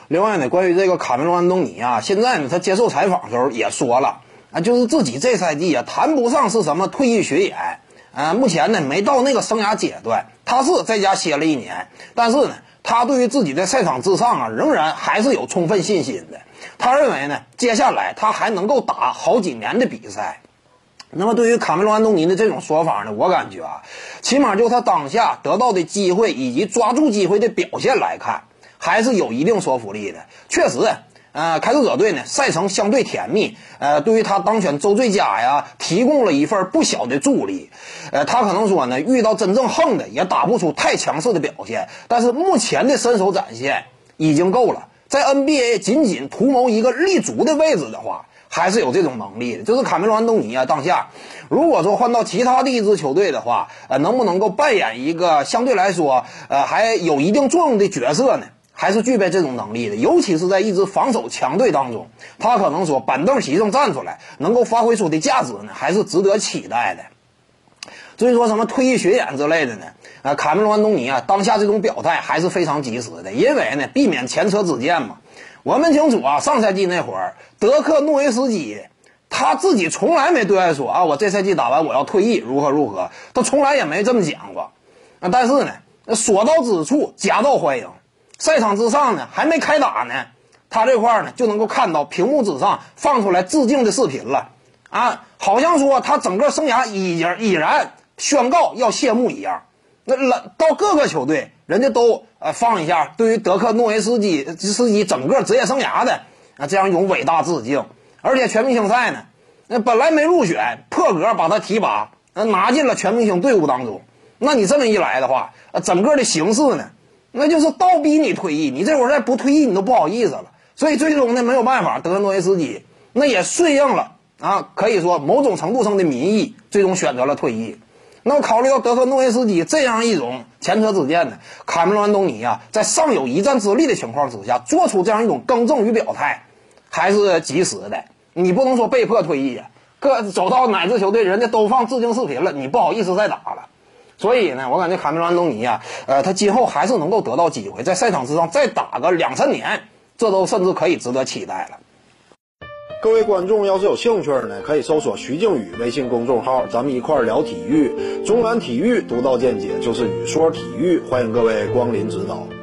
另外呢，关于这个卡梅隆·安东尼啊，现在呢他接受采访的时候也说了啊，就是自己这赛季啊谈不上是什么退役巡演啊，目前呢没到那个生涯阶段，他是在家歇了1年，但是呢他对于自己在赛场之上啊仍然还是有充分信心的。他认为呢接下来他还能够打好几年的比赛。那么对于卡梅隆·安东尼的这种说法呢，我感觉啊，起码就他当下得到的机会以及抓住机会的表现来看，还是有一定说服力的。确实开拓者队呢赛程相对甜蜜，对于他当选周最佳呀提供了一份不小的助力。他可能说呢遇到真正横的也打不出太强势的表现，但是目前的身手展现已经够了，在 NBA 仅仅图谋一个立足的位置的话，还是有这种能力的。就是卡梅隆·安东尼啊，当下如果说换到其他的一支球队的话，能不能够扮演一个相对来说还有一定作用的角色呢？还是具备这种能力的。尤其是在一支防守强队当中，他可能说板凳席上站出来能够发挥出的价值呢，还是值得期待的。至于说什么退役巡演之类的呢，卡梅隆·安东尼啊，当下这种表态还是非常及时的，因为呢避免前车之鉴嘛。我们清楚啊，上赛季那会儿德克诺维斯基他自己从来没对外说啊，我这赛季打完我要退役如何如何，他从来也没这么讲过。但是呢所到之处夹道欢迎，赛场之上呢还没开打呢，他这块呢就能够看到屏幕之上放出来致敬的视频了啊，好像说他整个生涯已然宣告要谢幕一样。那到各个球队人家都放一下对于德克诺维斯基整个职业生涯的这样一种伟大致敬。而且全明星赛呢那本来没入选，破格把他提拔拿进了全明星队伍当中。那你这么一来的话整个的形势呢那就是倒逼你退役，你这会儿再不退役你都不好意思了。所以最终呢没有办法，德克诺维斯基那也顺应了可以说某种程度上的民意，最终选择了退役。那么考虑到德克诺维斯基这样一种前车之鉴呢，卡梅隆·安东尼啊在尚有一战之力的情况之下做出这样一种更正与表态，还是及时的。你不能说被迫退役走到哪支球队人家都放致敬视频了，你不好意思再打了。所以呢我感觉卡梅隆·安东尼啊他今后还是能够得到机会，在赛场之上再打个2-3年，这都甚至可以值得期待了。 各位观众要是有兴趣呢，可以搜索徐静宇微信公众号，咱们一块聊体育，中南体育独到见解就是语说体育，欢迎各位光临指导。